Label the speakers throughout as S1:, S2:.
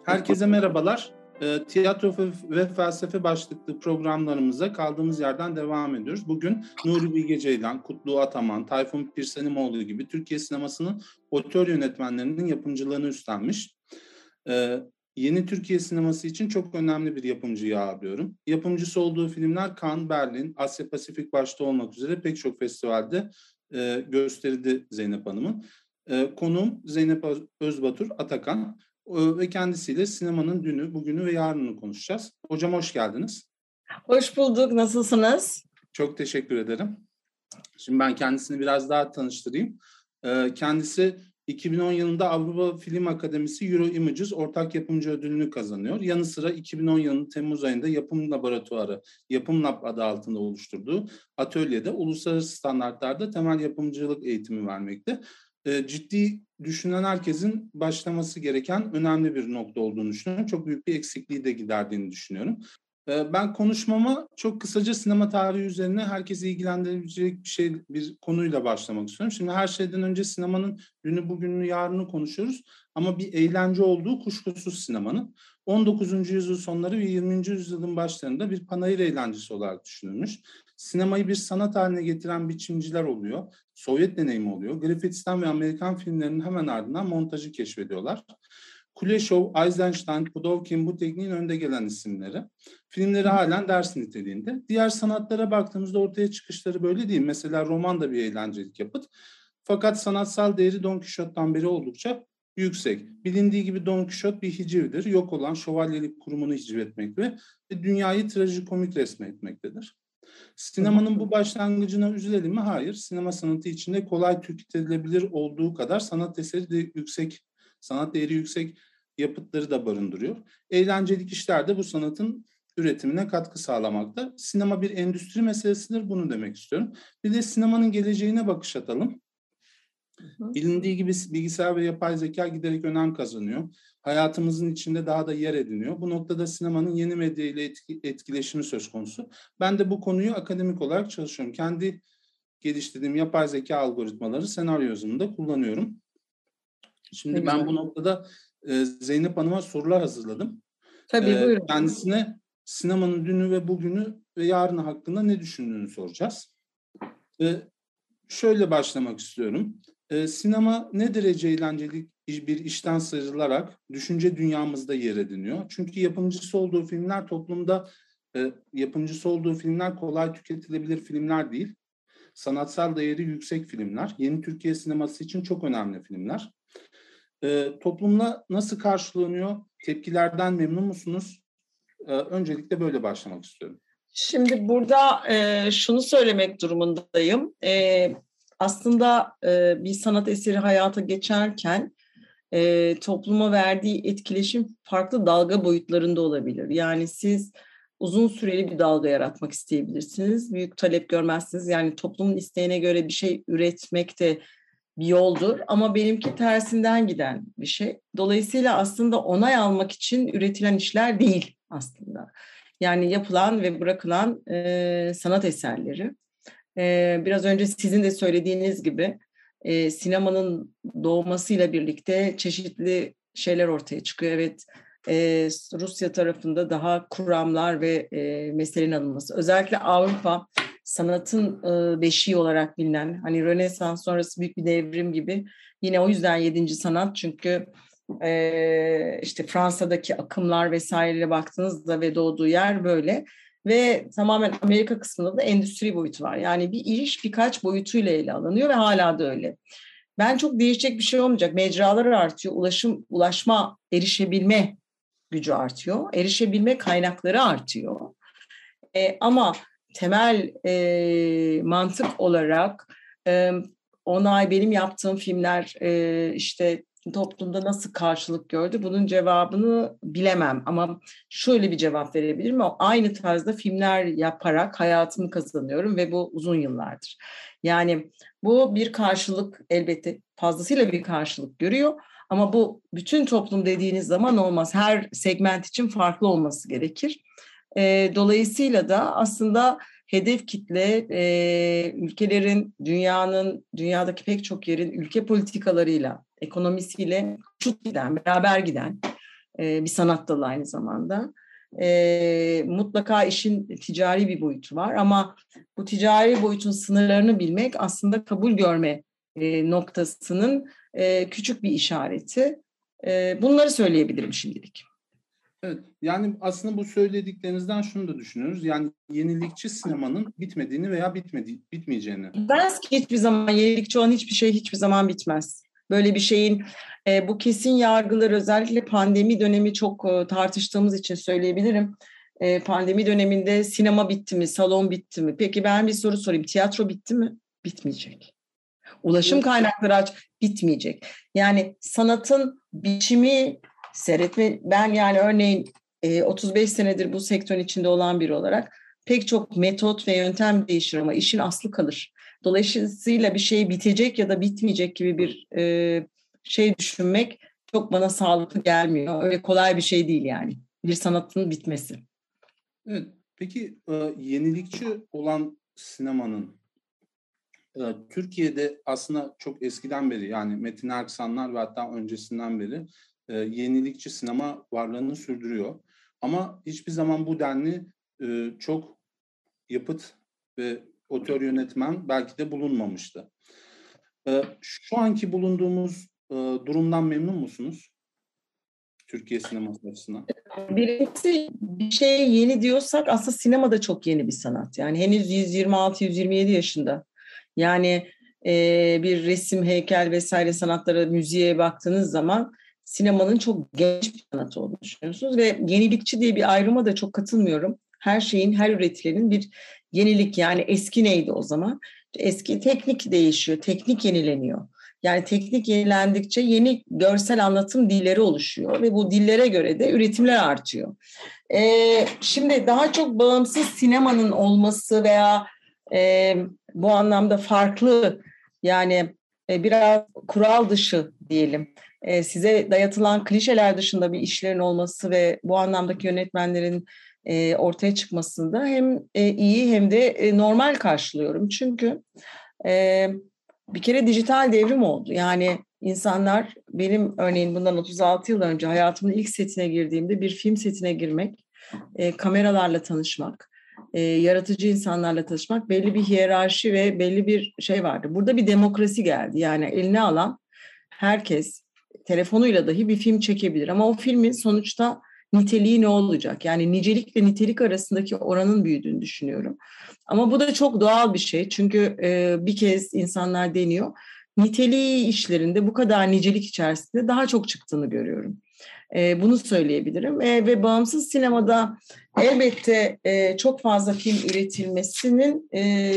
S1: Herkese merhabalar. Tiyatro ve felsefe başlıklı programlarımıza kaldığımız yerden devam ediyoruz. Bugün Nuri Bilge Ceylan, Kutlu Ataman, Tayfun Pirsanimoğlu gibi Türkiye sinemasının otör yönetmenlerinin yapımcılığını üstlenmiş. Yeni Türkiye sineması için çok önemli bir yapımcıyı ağırlıyorum. Yapımcısı olduğu filmler Cannes, Berlin, Asya Pasifik başta olmak üzere pek çok festivalde gösterildi Zeynep Hanım'ın. Konuğum Zeynep Özbatur Atakan. Ve kendisiyle sinemanın dünü, bugünü ve yarını konuşacağız. Hocam hoş geldiniz.
S2: Hoş bulduk. Nasılsınız?
S1: Çok teşekkür ederim. Şimdi ben kendisini biraz daha tanıştırayım. Kendisi 2010 yılında Avrupa Film Akademisi Euro Images ortak yapımcı ödülünü kazanıyor. Yanı sıra 2010 yılının Temmuz ayında Yapım Laboratuvarı, Yapım Lab adı altında oluşturduğu atölyede uluslararası standartlarda temel yapımcılık eğitimi vermekte. Ciddi düşünen herkesin başlaması gereken önemli bir nokta olduğunu düşünüyorum. Çok büyük bir eksikliği de giderdiğini düşünüyorum. Ben konuşmama çok kısaca sinema tarihi üzerine herkesi ilgilendirebilecek bir konuyla başlamak istiyorum. Şimdi her şeyden önce sinemanın dünü, bugününü, yarını konuşuyoruz. Ama bir eğlence olduğu kuşkusuz sinemanın. 19. yüzyıl sonları ve 20. yüzyılın başlarında bir panayır eğlencesi olarak düşünülmüş. Sinemayı bir sanat haline getiren biçimciler oluyor. Sovyet deneyimi oluyor. Griffiths'ten ve Amerikan filmlerinin hemen ardından montajı keşfediyorlar. Kuleshov, Eisenstein, Pudovkin bu tekniğin önde gelen isimleri. Filmleri halen ders niteliğinde. Diğer sanatlara baktığımızda ortaya çıkışları böyle değil. Mesela roman da bir eğlencelik yapıt. Fakat sanatsal değeri Don Quixote'dan beri oldukça yüksek. Bilindiği gibi Don Quixote bir hicivdir. Yok olan şövalyelik kurumunu hiciv etmek ve dünyayı trajikomik resmetmektedir. Sinemanın bu başlangıcına üzülelim mi? Hayır. Sinema sanatı içinde kolay tüketilebilir olduğu kadar sanat değeri yüksek yapıtları da barındırıyor. Eğlencelik işler de bu sanatın üretimine katkı sağlamakta. Sinema bir endüstri meselesidir, bunu demek istiyorum. Bir de sinemanın geleceğine bakış atalım. Bilindiği gibi bilgisayar ve yapay zeka giderek önem kazanıyor. Hayatımızın içinde daha da yer ediniyor. Bu noktada sinemanın yeni medya ile etkileşimi söz konusu. Ben de bu konuyu akademik olarak çalışıyorum. Kendi geliştirdiğim yapay zeka algoritmaları senaryo yazımında kullanıyorum. Şimdi ben bu noktada Zeynep Hanım'a sorular hazırladım.
S2: Tabii buyurun.
S1: Kendisine sinemanın dünü ve bugünü ve yarını hakkında ne düşündüğünü soracağız. Şöyle başlamak istiyorum. Sinema ne derece eğlenceli bir işten sıyrılarak düşünce dünyamızda yer ediniyor. Çünkü yapımcısı olduğu filmler kolay tüketilebilir filmler değil. Sanatsal değeri yüksek filmler. Yeni Türkiye sineması için çok önemli filmler. Toplumla nasıl karşılanıyor? Tepkilerden memnun musunuz? Öncelikle böyle başlamak istiyorum.
S2: Şimdi burada şunu söylemek durumundayım. Aslında bir sanat eseri hayata geçerken topluma verdiği etkileşim farklı dalga boyutlarında olabilir. Yani siz uzun süreli bir dalga yaratmak isteyebilirsiniz. Büyük talep görmezsiniz. Yani toplumun isteğine göre bir şey üretmek de bir yoldur. Ama benimki tersinden giden bir şey. Dolayısıyla aslında onay almak için üretilen işler değil aslında. Yani yapılan ve bırakılan sanat eserleri. Biraz önce sizin de söylediğiniz gibi sinemanın doğmasıyla birlikte çeşitli şeyler ortaya çıkıyor. Evet, Rusya tarafında daha kuramlar ve meselenin alınması. Özellikle Avrupa sanatın beşiği olarak bilinen, hani Rönesans sonrası büyük bir devrim gibi. Yine o yüzden 7. sanat, çünkü işte Fransa'daki akımlar vesaireye baktığınızda ve doğduğu yer böyle. Ve tamamen Amerika kısmında da endüstri boyutu var. Yani bir iş birkaç boyutuyla ele alınıyor ve hala da öyle. Ben çok değişecek bir şey olmayacak. Mecralar artıyor, ulaşma, erişebilme gücü artıyor. Erişebilme kaynakları artıyor. Ama temel mantık olarak benim yaptığım filmler işte toplumda nasıl karşılık gördü? Bunun cevabını bilemem ama şöyle bir cevap verebilirim. Aynı tarzda filmler yaparak hayatımı kazanıyorum ve bu uzun yıllardır. Yani bu bir karşılık, elbette fazlasıyla bir karşılık görüyor ama bu bütün toplum dediğiniz zaman olmaz. Her segment için farklı olması gerekir. Dolayısıyla da aslında hedef kitle ülkelerin, dünyadaki pek çok yerin ülke politikalarıyla, ekonomisiyle beraber giden bir sanat dalı aynı zamanda. Mutlaka işin ticari bir boyutu var ama bu ticari boyutun sınırlarını bilmek aslında kabul görme noktasının küçük bir işareti. Bunları söyleyebilirim şimdilik.
S1: Evet, yani aslında bu söylediklerinizden şunu da düşünüyoruz. Yani yenilikçi sinemanın bitmediğini veya bitmeyeceğini.
S2: Bitmez ki hiçbir zaman, yenilikçi olan hiçbir şey hiçbir zaman bitmez. Böyle bir şeyin bu kesin yargılar, özellikle pandemi dönemi çok tartıştığımız için söyleyebilirim. Pandemi döneminde sinema bitti mi, salon bitti mi? Peki ben bir soru sorayım. Tiyatro bitti mi? Bitmeyecek. Ulaşım kaynakları bitmeyecek. Yani sanatın biçimi, seyretme, ben yani örneğin 35 senedir bu sektörün içinde olan biri olarak pek çok metot ve yöntem değişir ama işin aslı kalır. Dolayısıyla bir şey bitecek ya da bitmeyecek gibi bir şey düşünmek çok bana sağlıklı gelmiyor. Öyle kolay bir şey değil yani. Bir sanatın bitmesi.
S1: Evet. Peki yenilikçi olan sinemanın Türkiye'de aslında çok eskiden beri, yani Metin Erksanlar ve hatta öncesinden beri yenilikçi sinema varlığını sürdürüyor. Ama hiçbir zaman bu denli çok yapıt ve otör yönetmen belki de bulunmamıştı. Şu anki bulunduğumuz durumdan memnun musunuz? Türkiye sineması açısından.
S2: Birincisi, bir şey yeni diyorsak aslında sinema da çok yeni bir sanat. Yani henüz 126-127 yaşında. Yani bir resim, heykel vesaire sanatlara, müziğe baktığınız zaman sinemanın çok genç bir sanat olduğunu düşünüyorsunuz. Ve yenilikçi diye bir ayrıma da çok katılmıyorum. Her şeyin, her üretilenin bir yenilik, yani eski neydi o zaman? Eski teknik değişiyor, teknik yenileniyor. Yani teknik yenilendikçe yeni görsel anlatım dilleri oluşuyor ve bu dillere göre de üretimler artıyor. Şimdi daha çok bağımsız sinemanın olması veya bu anlamda farklı, yani biraz kural dışı diyelim, size dayatılan klişeler dışında bir işlerin olması ve bu anlamdaki yönetmenlerin ortaya çıkmasını da hem iyi hem de normal karşılıyorum. Çünkü bir kere dijital devrim oldu. Yani insanlar, benim örneğin bundan 36 yıl önce hayatımın ilk setine girdiğimde bir film setine girmek, kameralarla tanışmak, yaratıcı insanlarla tanışmak, belli bir hiyerarşi ve belli bir şey vardı. Burada bir demokrasi geldi. Yani eline alan herkes telefonuyla dahi bir film çekebilir. Ama o filmin sonuçta niteliği ne olacak? Yani nicelikle nitelik arasındaki oranın büyüdüğünü düşünüyorum. Ama bu da çok doğal bir şey. Çünkü bir kez insanlar deniyor. Niteliği işlerinde bu kadar nicelik içerisinde daha çok çıktığını görüyorum. Bunu söyleyebilirim. Ve bağımsız sinemada elbette çok fazla film üretilmesinin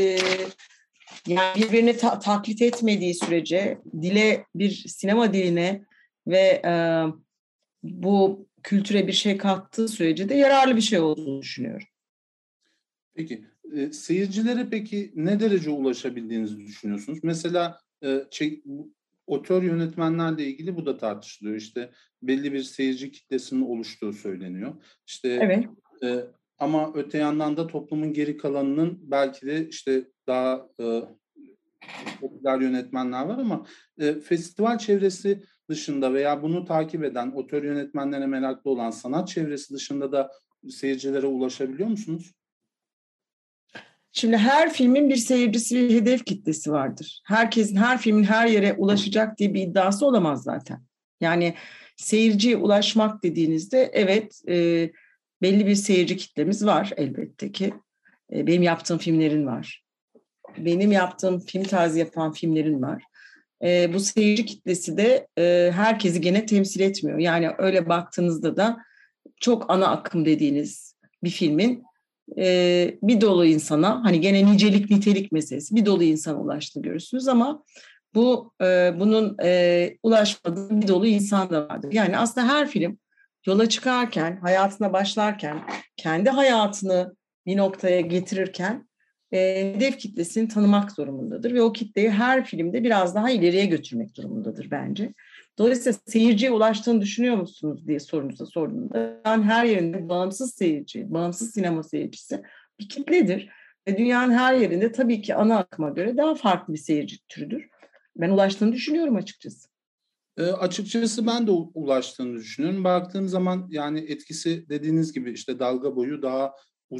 S2: yani birbirini taklit etmediği sürece, dile, bir sinema diline ve bu kültüre bir şey kattığı sürece de yararlı bir şey olduğunu düşünüyorum.
S1: Peki, seyircilere peki ne derece ulaşabildiğinizi düşünüyorsunuz? Mesela otör yönetmenlerle ilgili bu da tartışılıyor. İşte belli bir seyirci kitlesinin oluştuğu söyleniyor. İşte
S2: evet.
S1: Ama öte yandan da toplumun geri kalanının belki de işte daha popüler yönetmenler var ama festival çevresi dışında veya bunu takip eden, otör yönetmenlere meraklı olan sanat çevresi dışında da seyircilere ulaşabiliyor musunuz?
S2: Şimdi her filmin bir seyircisi ve hedef kitlesi vardır. Herkesin her filmin her yere ulaşacak diye bir iddiası olamaz zaten. Yani seyirciye ulaşmak dediğinizde evet, belli bir seyirci kitlemiz var elbette ki. Benim yaptığım filmlerin var. Benim yaptığım film tarzı yapan filmlerin var. Bu seyirci kitlesi de herkesi gene temsil etmiyor. Yani öyle baktığınızda da çok ana akım dediğiniz bir filmin bir dolu insana, hani gene nicelik nitelik meselesi, bir dolu insana ulaştığını görürsünüz ama bunun ulaşmadığı bir dolu insan da vardır. Yani aslında her film yola çıkarken, hayatına başlarken, kendi hayatını bir noktaya getirirken hedef kitlesini tanımak durumundadır ve o kitleyi her filmde biraz daha ileriye götürmek durumundadır bence. Dolayısıyla seyirciye ulaştığını düşünüyor musunuz diye sorunuza sorduğumda, ben her yerinde bağımsız seyirci, bağımsız sinema seyircisi bir kitledir. Ve dünyanın her yerinde tabii ki ana akıma göre daha farklı bir seyirci türüdür. Ben ulaştığını düşünüyorum açıkçası.
S1: Açıkçası ben de ulaştığını düşünüyorum. Baktığım zaman yani etkisi dediğiniz gibi işte dalga boyu daha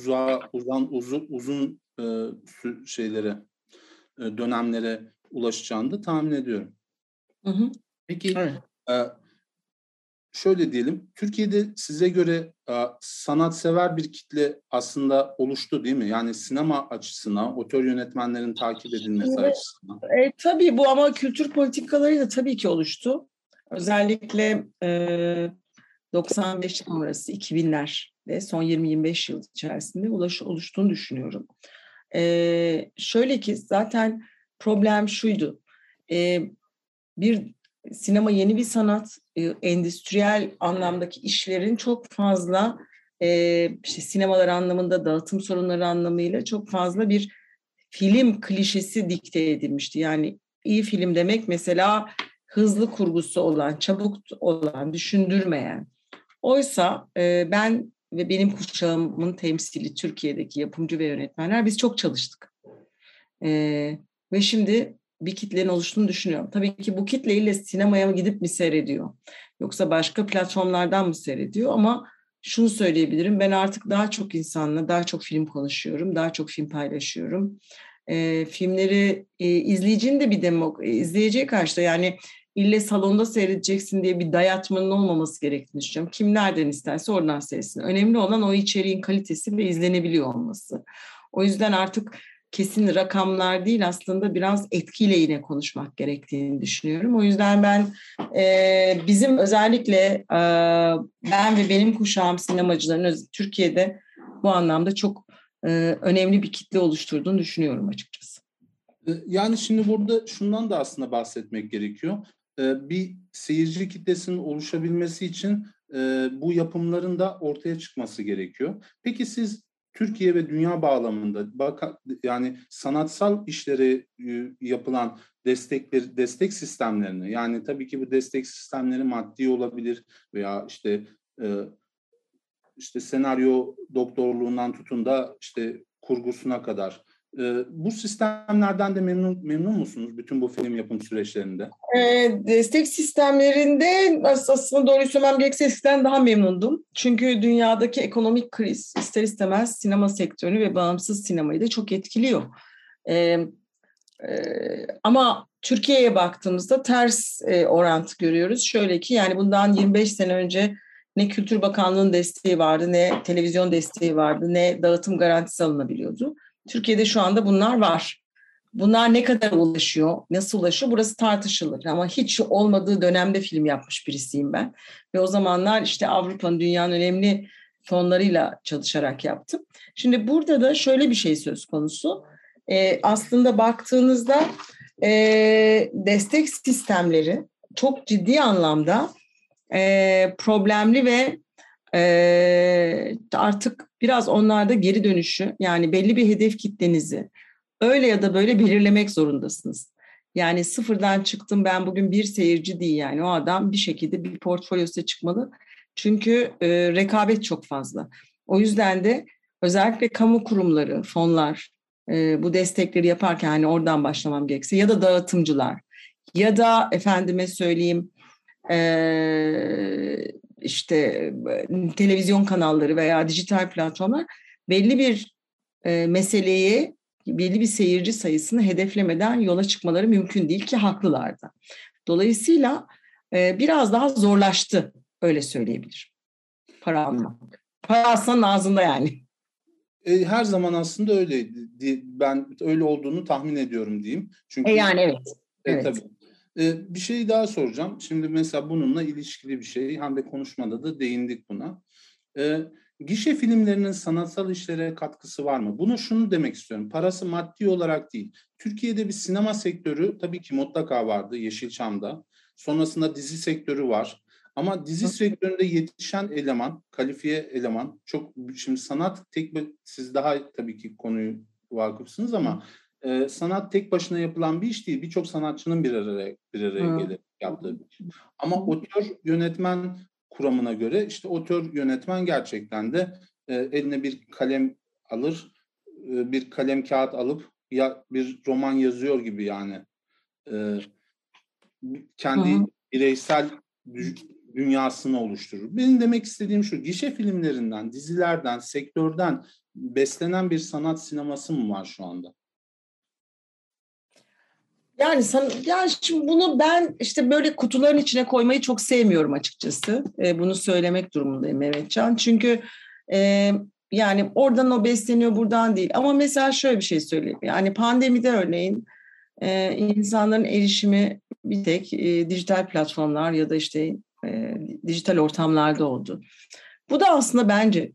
S1: uzun şeylere, dönemlere ulaşacağını da tahmin ediyorum.
S2: Hı hı.
S1: Peki,
S2: Evet.
S1: şöyle diyelim, Türkiye'de size göre sanatsever bir kitle aslında oluştu değil mi? Yani sinema açısından, otör yönetmenlerin takip edilmesi
S2: Şimdi,
S1: açısından.
S2: tabii bu ama kültür politikaları da tabii ki oluştu. Özellikle 95 sonrası 2000'ler ve son 20-25 yıl içerisinde oluştuğunu düşünüyorum. Şöyle ki zaten problem şuydu. Bir sinema yeni bir sanat, endüstriyel anlamdaki işlerin çok fazla işte sinemalar anlamında dağıtım sorunları anlamıyla çok fazla bir film klişesi dikte edilmişti. Yani iyi film demek mesela hızlı kurgusu olan, çabuk olan, düşündürmeyen. Oysa ben ve benim kuşağımın temsili Türkiye'deki yapımcı ve yönetmenler biz çok çalıştık. Ve şimdi bir kitlenin oluştuğunu düşünüyorum. Tabii ki bu kitleyle sinemaya mı gidip mi seyrediyor? Yoksa başka platformlardan mı seyrediyor? Ama şunu söyleyebilirim. Ben artık daha çok insanla daha çok film konuşuyorum. Daha çok film paylaşıyorum. Filmleri izleyicinin de izleyiciye karşı da yani ille salonda seyredeceksin diye bir dayatmanın olmaması gerektiğini düşünüyorum. Kim nereden isterse oradan seyretsin. Önemli olan o içeriğin kalitesi ve izlenebiliyor olması. O yüzden artık kesin rakamlar değil aslında biraz etkiyle yine konuşmak gerektiğini düşünüyorum. O yüzden ben bizim özellikle ben ve benim kuşağım sinemacıların Türkiye'de bu anlamda çok önemli bir kitle oluşturduğunu düşünüyorum açıkçası.
S1: Yani şimdi burada şundan da aslında bahsetmek gerekiyor. Bir seyirci kitlesinin oluşabilmesi için bu yapımların da ortaya çıkması gerekiyor. Peki siz Türkiye ve dünya bağlamında yani sanatsal işlere yapılan destek sistemlerini, yani tabii ki bu destek sistemleri maddi olabilir veya işte senaryo doktorluğundan tutun da işte kurgusuna kadar. Bu sistemlerden de memnun musunuz bütün bu film yapım süreçlerinde?
S2: Destek sistemlerinde aslında doğruyu söylemem gerekirse eskiden daha memnundum. Çünkü dünyadaki ekonomik kriz ister istemez sinema sektörünü ve bağımsız sinemayı da çok etkiliyor. Ama Türkiye'ye baktığımızda ters orantı görüyoruz. Şöyle ki yani bundan 25 sene önce ne Kültür Bakanlığı'nın desteği vardı, ne televizyon desteği vardı, ne dağıtım garantisi alınabiliyordu. Türkiye'de şu anda bunlar var. Bunlar ne kadar ulaşıyor, nasıl ulaşıyor burası tartışılır. Ama hiç olmadığı dönemde film yapmış birisiyim ben. Ve o zamanlar işte Avrupa'nın, dünyanın önemli fonlarıyla çalışarak yaptım. Şimdi burada da şöyle bir şey söz konusu. Aslında baktığınızda destek sistemleri çok ciddi anlamda problemli ve artık biraz onlarda geri dönüşü yani belli bir hedef kitlenizi öyle ya da böyle belirlemek zorundasınız. Yani sıfırdan çıktım ben bugün bir seyirci değil yani o adam bir şekilde bir portfolyosuna çıkmalı. Çünkü rekabet çok fazla. O yüzden de özellikle kamu kurumları, fonlar bu destekleri yaparken hani oradan başlamam gerekse ya da dağıtımcılar ya da efendime söyleyeyim işte televizyon kanalları veya dijital platformlar belli bir meseleyi, belli bir seyirci sayısını hedeflemeden yola çıkmaları mümkün değil ki haklılar da. Dolayısıyla biraz daha zorlaştı öyle söyleyebilirim. Para almak. Para alsanın ağzında yani.
S1: Her zaman aslında öyleydi. Ben öyle olduğunu tahmin ediyorum diyeyim. Çünkü
S2: Yani evet.
S1: tabii.
S2: Evet.
S1: Bir şey daha soracağım. Şimdi mesela bununla ilişkili bir şey. Hem de konuşmada da değindik buna. Gişe filmlerinin sanatsal işlere katkısı var mı? Bunu şunu demek istiyorum. Parası maddi olarak değil. Türkiye'de bir sinema sektörü tabii ki mutlaka vardı Yeşilçam'da. Sonrasında dizi sektörü var. Ama dizi sektöründe yetişen eleman, kalifiye eleman çok şimdi sanat siz daha tabii ki konuyu vakıfsınız ama sanat tek başına yapılan bir iş değil. Birçok sanatçının bir araya gelip yaptığı bir iş. Ama otör yönetmen kuramına göre işte otör yönetmen gerçekten de eline bir kalem alır, bir kalem kağıt alıp ya bir roman yazıyor gibi yani kendi bireysel dünyasını oluşturur. Benim demek istediğim şu, gişe filmlerinden, dizilerden, sektörden beslenen bir sanat sineması mı var şu anda?
S2: Yani şimdi bunu ben işte böyle kutuların içine koymayı çok sevmiyorum açıkçası. Bunu söylemek durumundayım Mehmetcan. Çünkü yani oradan o besleniyor, buradan değil. Ama mesela şöyle bir şey söyleyeyim. Yani pandemide örneğin insanların erişimi bir tek dijital platformlar ya da işte dijital ortamlarda oldu. Bu da aslında bence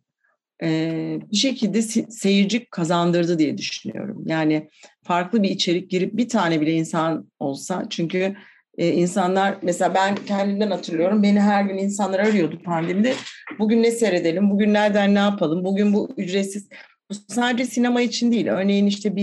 S2: bir şekilde seyirci kazandırdı diye düşünüyorum. Yani farklı bir içerik girip bir tane bile insan olsa, çünkü insanlar, mesela ben kendimden hatırlıyorum, beni her gün insanlar arıyordu pandemide. Bugün ne seyredelim, bugün nereden ne yapalım, bugün bu ücretsiz. Bu sadece sinema için değil. Örneğin işte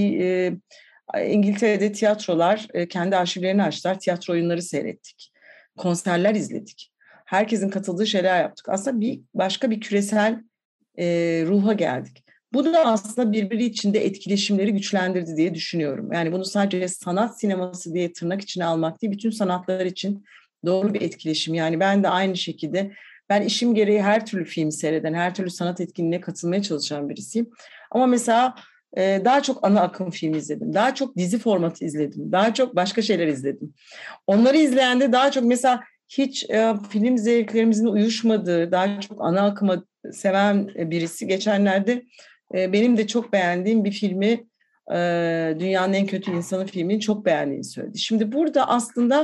S2: İngiltere'de tiyatrolar kendi arşivlerini açtılar, tiyatro oyunları seyrettik, konserler izledik. Herkesin katıldığı şeyler yaptık. Aslında başka bir küresel ruha geldik. Bu da aslında birbiri içinde etkileşimleri güçlendirdi diye düşünüyorum. Yani bunu sadece sanat sineması diye tırnak içine almak değil, bütün sanatlar için doğru bir etkileşim. Yani ben de aynı şekilde, ben işim gereği her türlü film seyreden, her türlü sanat etkinliğine katılmaya çalışan birisiyim. Ama mesela daha çok ana akım film izledim. Daha çok dizi formatı izledim. Daha çok başka şeyler izledim. Onları izleyen de daha çok mesela hiç film zevklerimizin uyuşmadığı, daha çok ana akıma seven birisi geçenlerde benim de çok beğendiğim bir filmi, Dünyanın En Kötü İnsanı filmini çok beğendiğini söyledi. Şimdi burada aslında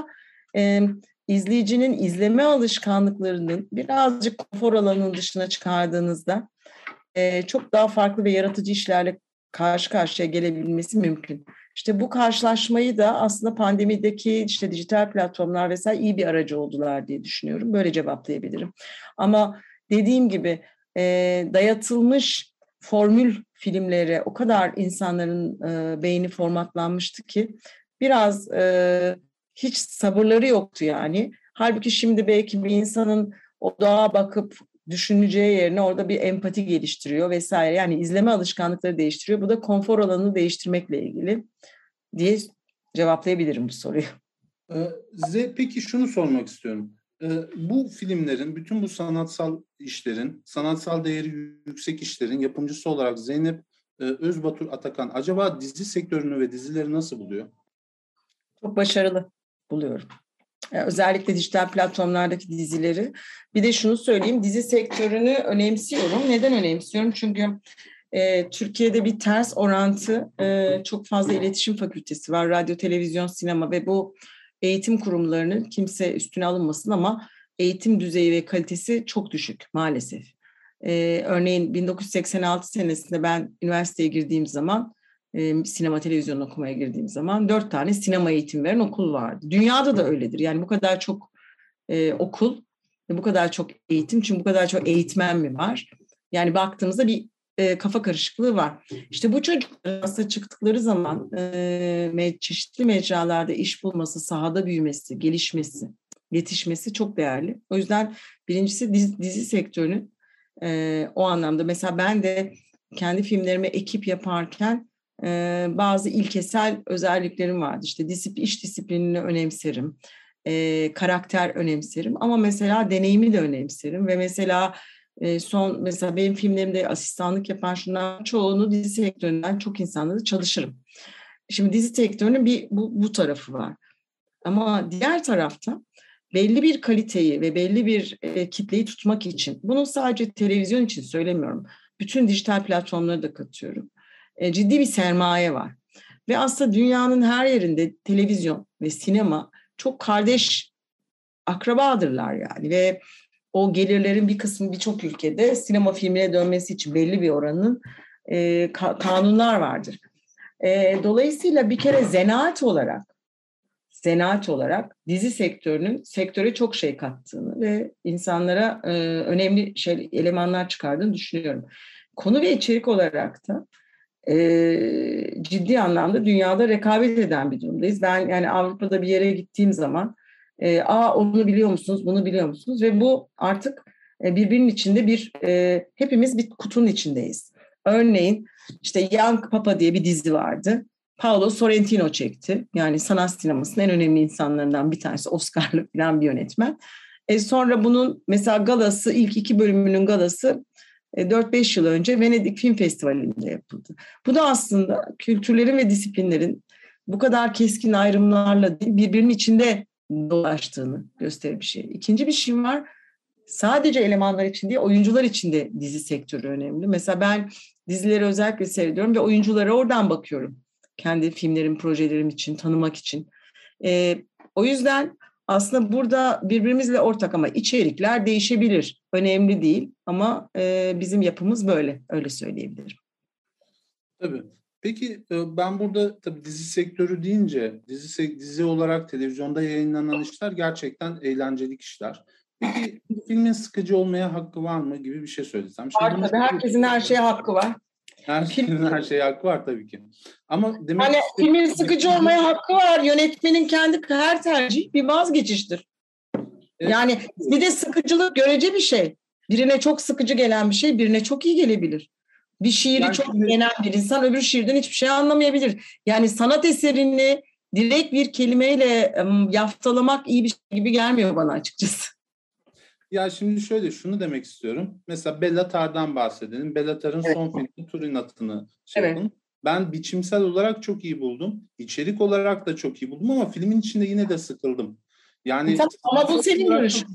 S2: izleyicinin izleme alışkanlıklarının birazcık konfor alanının dışına çıkardığınızda çok daha farklı ve yaratıcı işlerle karşı karşıya gelebilmesi mümkün. İşte bu karşılaşmayı da aslında pandemideki işte dijital platformlar vesaire iyi bir aracı oldular diye düşünüyorum. Böyle cevaplayabilirim. Ama dediğim gibi dayatılmış formül filmlere o kadar insanların beyni formatlanmıştı ki biraz hiç sabırları yoktu yani. Halbuki şimdi belki bir insanın o dağa bakıp düşüneceği yerine orada bir empati geliştiriyor vesaire. Yani izleme alışkanlıkları değiştiriyor. Bu da konfor alanını değiştirmekle ilgili diye cevaplayabilirim bu soruyu.
S1: Peki şunu sormak istiyorum. Bu filmlerin, bütün bu sanatsal işlerin, sanatsal değeri yüksek işlerin yapımcısı olarak Zeynep Özbatur Atakan acaba dizi sektörünü ve dizileri nasıl buluyor?
S2: Çok başarılı buluyorum. Özellikle dijital platformlardaki dizileri. Bir de şunu söyleyeyim, dizi sektörünü önemsiyorum. Neden önemsiyorum? Çünkü Türkiye'de bir ters orantı, çok fazla iletişim fakültesi var. Radyo, televizyon, sinema ve bu eğitim kurumlarının, kimse üstüne alınmasın ama eğitim düzeyi ve kalitesi çok düşük maalesef. Örneğin 1986 senesinde ben üniversiteye girdiğim zaman, sinema televizyon okumaya girdiğim zaman 4 tane sinema eğitim veren okul vardı. Dünyada da öyledir. Yani bu kadar çok okul ve bu kadar çok eğitim, çünkü bu kadar çok eğitmen mi var? Yani baktığımızda bir kafa karışıklığı var. İşte bu çocuklar aslında çıktıkları zaman çeşitli mecralarda iş bulması, sahada büyümesi, gelişmesi, yetişmesi çok değerli. O yüzden birincisi dizi sektörünün o anlamda, mesela ben de kendi filmlerime ekip yaparken bazı ilkesel özelliklerim vardı. İşte iş disiplinini önemserim, karakter önemserim ama mesela deneyimi de önemserim ve mesela mesela benim filmlerimde asistanlık yapan şunlar çoğunu dizi sektöründen çok insanla da çalışırım. Şimdi dizi sektörünün bu tarafı var. Ama diğer tarafta belli bir kaliteyi ve belli bir kitleyi tutmak için, bunu sadece televizyon için söylemiyorum, bütün dijital platformları da katıyorum. Ciddi bir sermaye var. Ve aslında dünyanın her yerinde televizyon ve sinema çok kardeş, akrabadırlar yani. Ve o gelirlerin bir kısmı birçok ülkede sinema filmine dönmesi için belli bir oranın kanunlar vardır. Dolayısıyla bir kere zanaat olarak dizi sektöre çok şey kattığını ve insanlara önemli elemanlar çıkardığını düşünüyorum. Konu ve içerik olarak da ciddi anlamda dünyada rekabet eden bir durumdayız. Ben yani Avrupa'da bir yere gittiğim zaman onu biliyor musunuz, bunu biliyor musunuz? Ve bu artık birbirinin içinde hepimiz bir kutunun içindeyiz. Örneğin işte Young Papa diye bir dizi vardı. Paolo Sorrentino çekti. Yani sanat sinemasının en önemli insanlarından bir tanesi. Oscar'lı falan bir yönetmen. Sonra bunun mesela galası, ilk 2 bölümünün galası 4-5 yıl önce Venedik Film Festivali'nde yapıldı. Bu da aslında kültürlerin ve disiplinlerin bu kadar keskin ayrımlarla değil, birbirinin içinde dolaştığını gösteren bir şey. İkinci bir şey var. Sadece elemanlar için değil, oyuncular için de dizi sektörü önemli. Mesela ben dizileri özellikle seyrediyorum ve oyunculara oradan bakıyorum. Kendi filmlerim, projelerim için, tanımak için. O yüzden aslında burada birbirimizle ortak ama içerikler değişebilir. Önemli değil ama bizim yapımız böyle, öyle söyleyebilirim.
S1: Tabii. Peki ben burada tabii dizi sektörü deyince dizi olarak televizyonda yayınlanan işler gerçekten eğlenceli işler. Peki filmin sıkıcı olmaya hakkı var mı gibi bir şey söylesem.
S2: Var tabii, herkesin her şeye hakkı var.
S1: Herkesin her şeye hakkı var tabii ki. Ama demek
S2: hani filmin sıkıcı olmaya hakkı var. Yönetmenin kendi her tercih bir vazgeçiştir. Evet. Yani bir de sıkıcılık görece bir şey. Birine çok sıkıcı gelen bir şey birine çok iyi gelebilir. Bir şiiri yani çok beğenen bir insan öbür şiirden hiçbir şey anlamayabilir. Yani sanat eserini direkt bir kelimeyle yaftalamak iyi bir şey gibi gelmiyor bana açıkçası.
S1: Ya şimdi şöyle şunu demek istiyorum. Mesela Bellatar'dan bahsedelim. Bellatar'ın son filmi Turin Atı'nı yapın. Ben biçimsel olarak çok iyi buldum. İçerik olarak da çok iyi buldum ama filmin içinde yine de sıkıldım. Yani
S2: ama bu senin görüşün.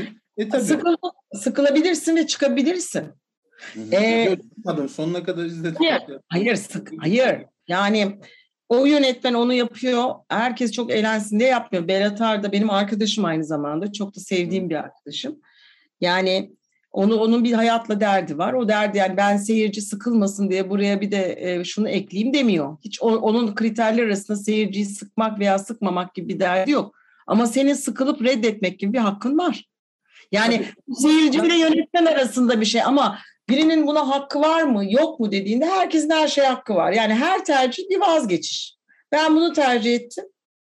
S2: Sıkılabilirsin ve çıkabilirsin.
S1: Sonuna kadar izledim.
S2: Hayır. Yani o yönetmen onu yapıyor. Herkes çok eğlensin diye yapmıyor. Bellatar da benim arkadaşım aynı zamanda. Çok da sevdiğim bir arkadaşım. Yani onun bir hayatla derdi var. O derdi yani ben seyirci sıkılmasın diye buraya bir de şunu ekleyeyim demiyor. Hiç onun kriterler arasında seyirciyi sıkmak veya sıkmamak gibi bir derdi yok. Ama senin sıkılıp reddetmek gibi bir hakkın var. Yani seyirci ile yönetmen arasında bir şey ama birinin buna hakkı var mı yok mu dediğinde herkesin her şeye hakkı var. Yani her tercih bir vazgeçiş. Ben bunu tercih ettim.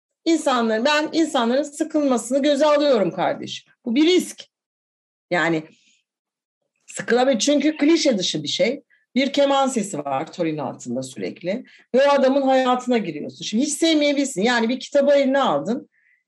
S2: Ben insanların sıkılmasını göze alıyorum kardeşim. Bu bir risk. Yani sıkılabilir çünkü klişe dışı bir şey. Bir keman sesi var Torino altında sürekli. Ve o adamın hayatına giriyorsun. Şimdi hiç sevmeyebilirsin. Yani bir kitabı eline aldın.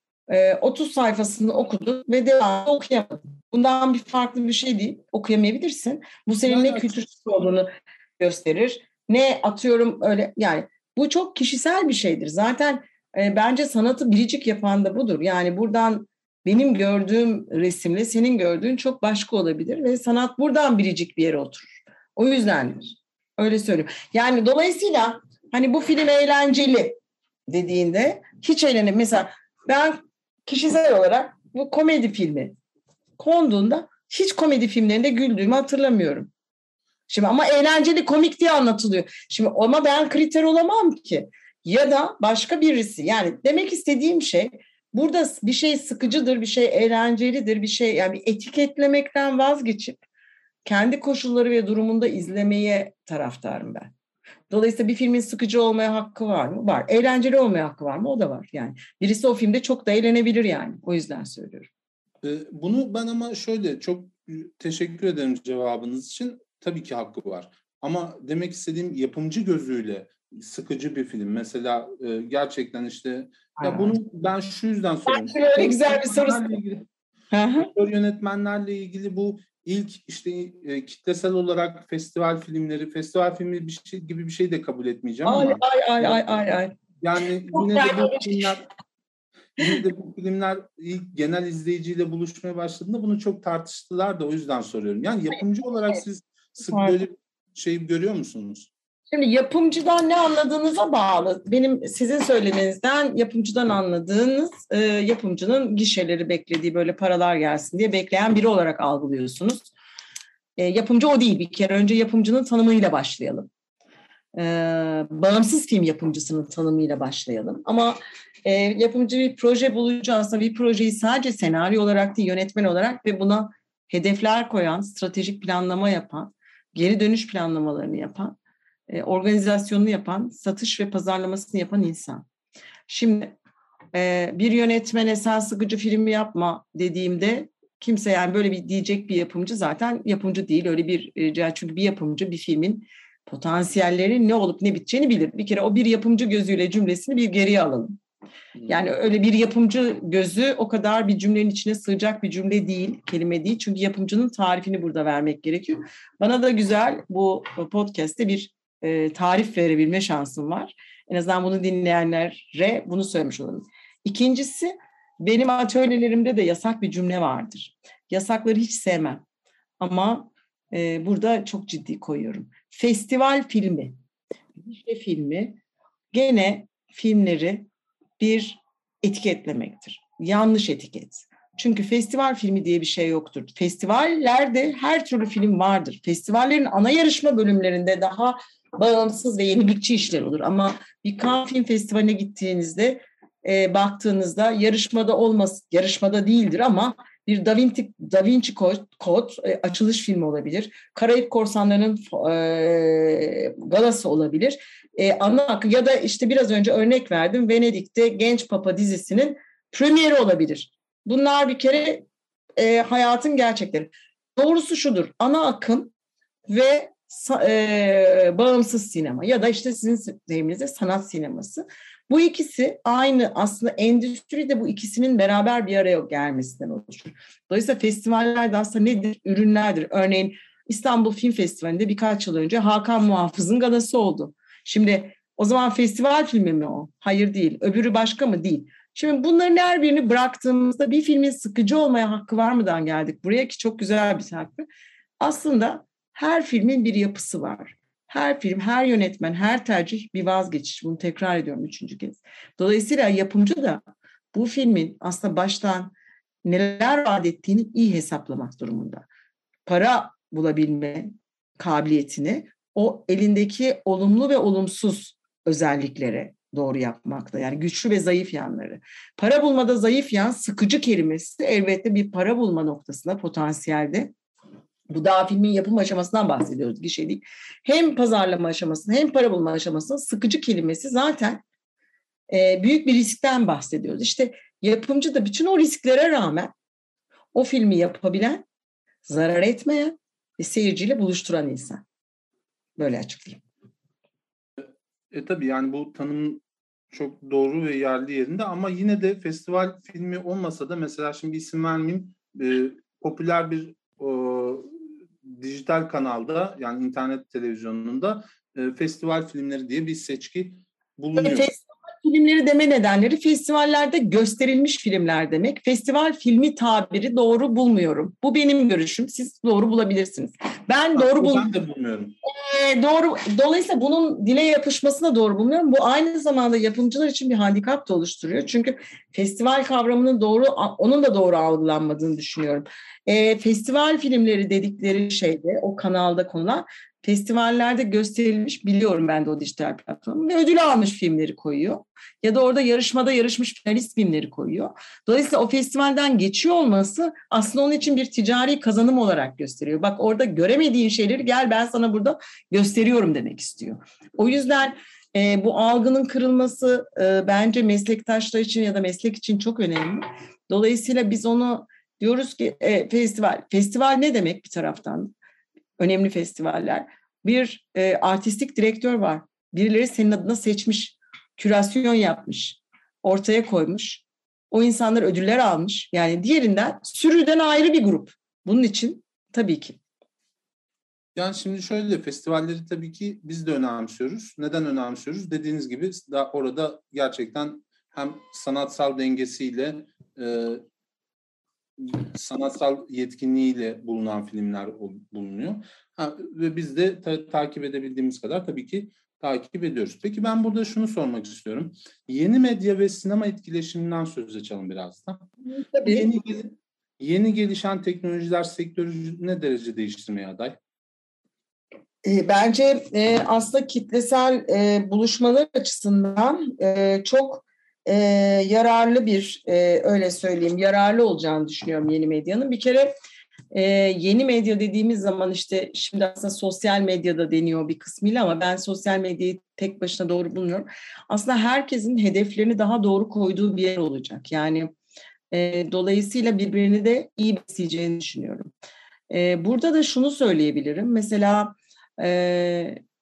S2: 30 sayfasını okudun ve devamlı okuyamadın. Bundan bir farklı bir şey değil. Okuyamayabilirsin. Bu senin ne kültürsüz olduğunu gösterir. Ne atıyorum öyle yani bu çok kişisel bir şeydir. Zaten bence sanatı biricik yapan da budur. Yani buradan benim gördüğüm resimle senin gördüğün çok başka olabilir ve sanat buradan biricik bir yere oturur. O yüzdendir. Öyle söylüyorum. Yani dolayısıyla hani bu film eğlenceli dediğinde hiç eğlenemem. Mesela ben kişisel olarak bu komedi filmi konduğunda hiç komedi filmlerinde güldüğümü hatırlamıyorum. Şimdi ama eğlenceli komik diye anlatılıyor. Şimdi ama ben kriter olamam ki. Ya da başka birisi. Yani demek istediğim şey burada bir şey sıkıcıdır, bir şey eğlencelidir, bir şey yani bir etiketlemekten vazgeçip kendi koşulları ve durumunda izlemeye taraftarım ben. Dolayısıyla bir filmin sıkıcı olmaya hakkı var mı? Var. Eğlenceli olmaya hakkı var mı? O da var. Yani birisi o filmde çok da eğlenebilir yani. O yüzden söylüyorum.
S1: Bunu ben ama şöyle çok teşekkür ederim cevabınız için. Tabii ki hakkı var. Ama demek istediğim yapımcı gözüyle sıkıcı bir film. Mesela gerçekten işte ya bunu ben şu yüzden soruyorum.
S2: Bence öyle güzel bir soru.
S1: Yönetmenlerle ilgili bu İlk işte kitlesel olarak festival filmi bir şey gibi bir şey de kabul etmeyeceğim ama.
S2: Ay.
S1: Yani yine de bu filmler ilk genel izleyiciyle buluşmaya başladığında bunu çok tartıştılar da o yüzden soruyorum. Yani yapımcı olarak siz sık böyle şeyi görüyor musunuz?
S2: Şimdi yapımcıdan ne anladığınıza bağlı. Benim sizin söylemenizden yapımcıdan anladığınız yapımcının gişeleri beklediği böyle paralar gelsin diye bekleyen biri olarak algılıyorsunuz. Yapımcı o değil bir kere. Önce yapımcının tanımıyla başlayalım. Bağımsız film yapımcısının tanımıyla başlayalım. Ama yapımcı bir proje bulucu aslında bir projeyi sadece senaryo olarak değil yönetmen olarak ve buna hedefler koyan, stratejik planlama yapan, geri dönüş planlamalarını yapan, organizasyonunu yapan, satış ve pazarlamasını yapan insan. Şimdi bir yönetmene sen sıkıcı filmi yapma dediğimde kimse yani böyle bir diyecek bir yapımcı zaten yapımcı değil. Öyle bir çünkü bir yapımcı bir filmin Potansiyellerin ne olup ne biteceğini bilir. Bir kere o bir yapımcı gözüyle cümlesini bir geriye alalım. Yani öyle bir yapımcı gözü o kadar bir cümlenin içine sığacak bir cümle değil, kelime değil. Çünkü yapımcının tarifini burada vermek gerekiyor. Bana da güzel bu podcast'te bir tarif verebilme şansım var. En azından bunu dinleyenlere bunu söylemiş olalım. İkincisi, benim atölyelerimde de yasak bir cümle vardır. Yasakları hiç sevmem ama burada çok ciddi koyuyorum. Festival filmi, işte filmi gene filmleri bir etiketlemektir. Yanlış etiket. Çünkü festival filmi diye bir şey yoktur. Festivallerde her türlü film vardır. Festivallerin ana yarışma bölümlerinde daha bağımsız ve yenilikçi işler olur. Ama bir Cannes Film Festivali'ne gittiğinizde baktığınızda yarışmada değildir ama bir Da Vinci Code açılış filmi olabilir. Karayip Korsanları'nın galası olabilir. Ya da işte biraz önce örnek verdim, Venedik'te Genç Papa dizisinin premieri olabilir. Bunlar bir kere hayatın gerçekleri. Doğrusu şudur, ana akım ve bağımsız sinema ya da işte sizin deyiminizde sanat sineması. Bu ikisi aynı, aslında endüstri de bu ikisinin beraber bir araya gelmesinden oluşur. Dolayısıyla festivaller de aslında nedir? Ürünlerdir. Örneğin İstanbul Film Festivali'nde birkaç yıl önce Hakan Muhafız'ın galası oldu. Şimdi o zaman festival filmi mi o? Hayır değil. Öbürü başka mı? Değil. Şimdi bunların her birini bıraktığımızda bir filmin sıkıcı olmaya hakkı var mıdan geldik buraya, ki çok güzel bir hakkı. Aslında her filmin bir yapısı var. Her film, her yönetmen, her tercih bir vazgeçiş. Bunu tekrar ediyorum 3. kez. Dolayısıyla yapımcı da bu filmin aslında baştan neler vaat ettiğini iyi hesaplamak durumunda. Para bulabilme kabiliyetini o elindeki olumlu ve olumsuz özelliklere doğru yapmakta. Yani güçlü ve zayıf yanları. Para bulmada zayıf yan, sıkıcı kelimesi elbette bir para bulma noktasında, potansiyelde. Bu daha filmin yapım aşamasından bahsediyoruz, gişe değil. Hem pazarlama aşamasında hem para bulma aşamasında sıkıcı kelimesi zaten büyük bir riskten bahsediyoruz. İşte yapımcı da bütün o risklere rağmen o filmi yapabilen, zarar etmeyen ve seyirciyle buluşturan insan. Böyle açıklayayım.
S1: Tabii yani bu tanım çok doğru ve yerli yerinde ama yine de festival filmi olmasa da mesela şimdi isim vermeyeyim, popüler bir dijital kanalda, yani internet televizyonunda festival filmleri diye bir seçki bulunuyor.
S2: Festival filmleri deme nedenleri, festivallerde gösterilmiş filmler demek. Festival filmi tabiri doğru bulmuyorum. Bu benim görüşüm. Siz doğru bulabilirsiniz. Ben
S1: de bulmuyorum.
S2: Dolayısıyla bunun dile yapışmasına doğru bulmuyorum. Bu aynı zamanda yapımcılar için bir handikap da oluşturuyor. Çünkü festival kavramının onun da doğru algılanmadığını düşünüyorum. Festival filmleri dedikleri şeyde, o kanalda konulan, festivallerde gösterilmiş, biliyorum ben de o dijital platformu, ve ödül almış filmleri koyuyor. Ya da orada yarışmada yarışmış finalist filmleri koyuyor. Dolayısıyla o festivalden geçiyor olması aslında onun için bir ticari kazanım olarak gösteriyor. Bak, orada göremediğin şeyleri gel ben sana burada gösteriyorum demek istiyor. O yüzden bu algının kırılması bence meslektaşlar için ya da meslek için çok önemli. Dolayısıyla biz onu diyoruz ki festival ne demek bir taraftan? Önemli festivaller. Bir artistik direktör var. Birileri senin adına seçmiş, kürasyon yapmış, ortaya koymuş. O insanlar ödüller almış. Yani diğerinden, sürüden ayrı bir grup. Bunun için tabii ki.
S1: Yani şimdi şöyle, festivalleri tabii ki biz de önemsiyoruz. Neden önemsiyoruz? Dediğiniz gibi daha orada gerçekten hem sanatsal dengesiyle, sanatsal yetkinliğiyle bulunan filmler bulunuyor. Ve biz de takip edebildiğimiz kadar tabii ki takip ediyoruz. Peki ben burada şunu sormak istiyorum. Yeni medya ve sinema etkileşiminden söz açalım biraz da.
S2: Tabii.
S1: Yeni gelişen teknolojiler sektörü ne derece değiştirmeye aday?
S2: Bence aslında kitlesel buluşmalar açısından çok yararlı bir, öyle söyleyeyim, yararlı olacağını düşünüyorum yeni medyanın. Bir kere yeni medya dediğimiz zaman işte şimdi aslında sosyal medyada deniyor bir kısmıyla ama ben sosyal medyayı tek başına doğru bulmuyorum. Aslında herkesin hedeflerini daha doğru koyduğu bir yer olacak. Yani dolayısıyla birbirini de iyi besleyeceğini düşünüyorum. Burada da şunu söyleyebilirim. Mesela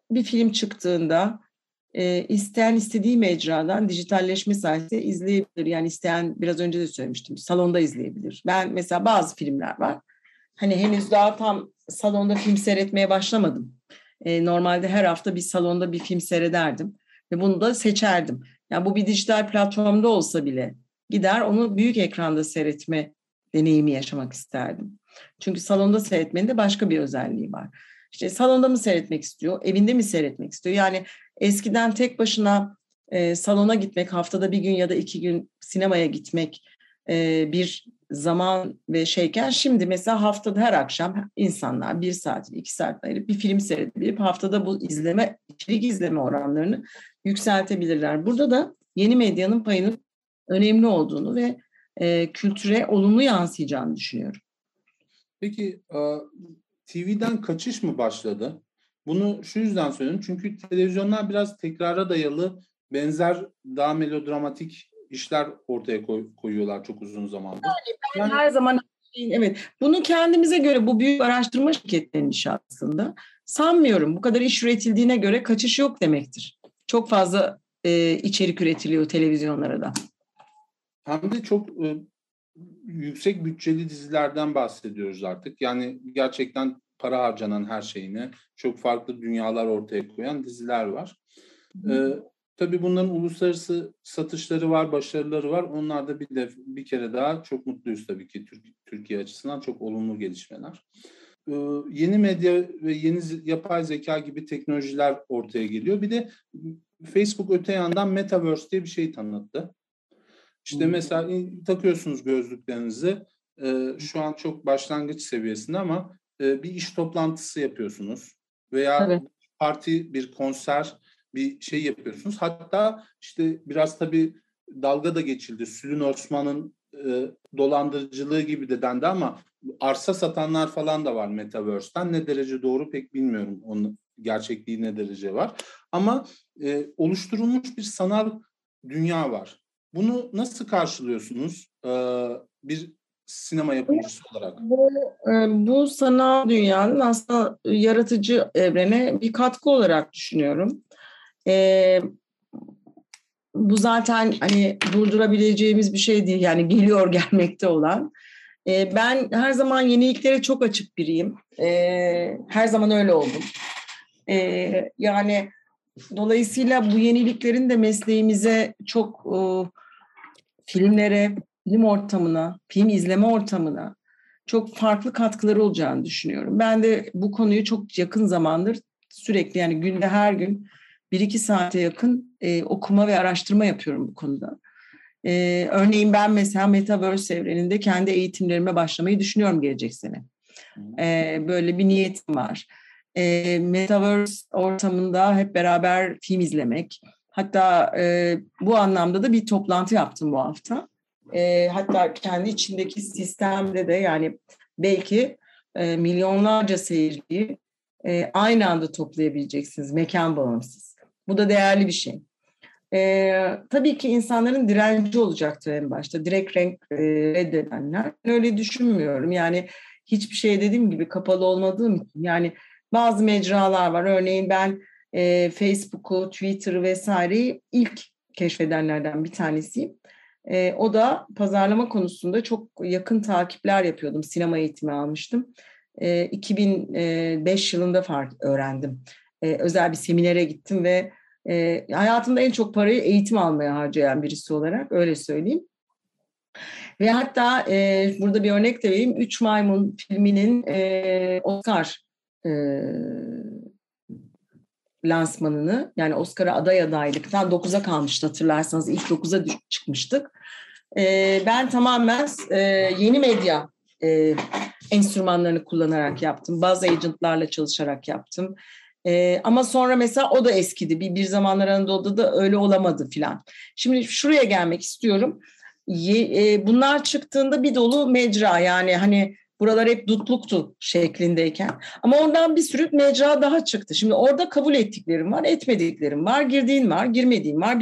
S2: bir film çıktığında isteyen istediği mecradan dijitalleşme sayesinde izleyebilir. Yani isteyen, biraz önce de söylemiştim, salonda izleyebilir. Ben mesela bazı filmler var. Hani henüz daha tam salonda film seyretmeye başlamadım. Normalde her hafta bir salonda bir film seyrederdim ve bunu da seçerdim. Yani bu bir dijital platformda olsa bile gider onu büyük ekranda seyretme deneyimi yaşamak isterdim. Çünkü salonda seyretmenin de başka bir özelliği var. İşte salonda mı seyretmek istiyor, evinde mi seyretmek istiyor? Yani eskiden tek başına salona gitmek, haftada bir gün ya da 2 gün sinemaya gitmek bir zaman ve şeyken, şimdi mesela haftada her akşam insanlar 1 saat, 2 saat ayırıp bir film seyredebilip haftada bu içerik izleme oranlarını yükseltebilirler. Burada da yeni medyanın payının önemli olduğunu ve kültüre olumlu yansıyacağını düşünüyorum.
S1: Peki TV'den kaçış mı başladı? Bunu şu yüzden söylüyorum. Çünkü televizyonlar biraz tekrara dayalı, benzer daha melodramatik işler ortaya koyuyorlar çok uzun zamandır.
S2: Yani her zaman, evet, bunu kendimize göre, bu büyük araştırma şirketlerinin işi aslında. Sanmıyorum, bu kadar iş üretildiğine göre kaçış yok demektir. Çok fazla içerik üretiliyor televizyonlara da.
S1: Hem de çok yüksek bütçeli dizilerden bahsediyoruz artık. Yani gerçekten para harcanan her şeyine çok farklı dünyalar ortaya koyan diziler var. Tabii bunların uluslararası satışları var, başarıları var. Onlar da bir kere daha çok mutluyuz tabii ki, Türkiye açısından çok olumlu gelişmeler. Yeni medya ve yeni yapay zeka gibi teknolojiler ortaya geliyor. Bir de Facebook öte yandan Metaverse diye bir şey tanıttı. İşte mesela takıyorsunuz gözlüklerinizi, şu an çok başlangıç seviyesinde ama bir iş toplantısı yapıyorsunuz veya
S2: Evet.
S1: bir konser, bir şey yapıyorsunuz. Hatta işte biraz tabii dalga da geçildi. Sülün Osman'ın dolandırıcılığı gibi de dendi ama arsa satanlar falan da var Metaverse'ten. Ne derece doğru pek bilmiyorum. Onun gerçekliği ne derece var. Ama oluşturulmuş bir sanal dünya var. Bunu nasıl karşılıyorsunuz bir sinema yapımcısı olarak?
S2: Bu sanal dünyanın aslında yaratıcı evrene bir katkı olarak düşünüyorum. Bu zaten hani durdurabileceğimiz bir şey değil. Yani geliyor, gelmekte olan. Ben her zaman yeniliklere çok açık biriyim. Her zaman öyle oldum. Yani dolayısıyla bu yeniliklerin de mesleğimize çok, filmlere, film ortamına, film izleme ortamına çok farklı katkıları olacağını düşünüyorum. Ben de bu konuyu çok yakın zamandır sürekli, yani günde her gün 1-2 saate yakın okuma ve araştırma yapıyorum bu konuda. Örneğin ben mesela Metaverse evreninde kendi eğitimlerime başlamayı düşünüyorum gelecek sene. Böyle bir niyetim var. Metaverse ortamında hep beraber film izlemek. Hatta bu anlamda da bir toplantı yaptım bu hafta. Hatta kendi içindeki sistemde de, yani belki milyonlarca seyirciyi aynı anda toplayabileceksiniz, mekan bağımsız. Bu da değerli bir şey. Tabii ki insanların direnci olacaktır en başta. Direkt renk reddedenler. Ben öyle düşünmüyorum. Yani hiçbir şey, dediğim gibi, kapalı olmadığım için. Yani bazı mecralar var. Örneğin ben Facebook'u, Twitter'ı vesaireyi ilk keşfedenlerden bir tanesiyim. O da pazarlama konusunda çok yakın takipler yapıyordum. Sinema eğitimi almıştım. 2005 yılında öğrendim. Özel bir seminere gittim ve hayatımda en çok parayı eğitim almaya harcayan birisi olarak, öyle söyleyeyim. Ve hatta burada bir örnek de vereyim. Üç Maymun filminin Oscar lansmanını, yani Oscar'a adaylıktan 9'a kalmıştı, hatırlarsanız ilk 9'a çıkmıştık. Ben tamamen yeni medya enstrümanlarını kullanarak yaptım. Buzz agentlarla çalışarak yaptım. Ama sonra mesela o da eskidi. Bir zamanlar Anadolu'da da öyle olamadı filan. Şimdi şuraya gelmek istiyorum. Bunlar çıktığında bir dolu mecra, yani hani buralar hep dutluktu şeklindeyken. Ama ondan bir sürü mecra daha çıktı. Şimdi orada kabul ettiklerim var, etmediklerim var, girdiğin var, girmediğin var. Bir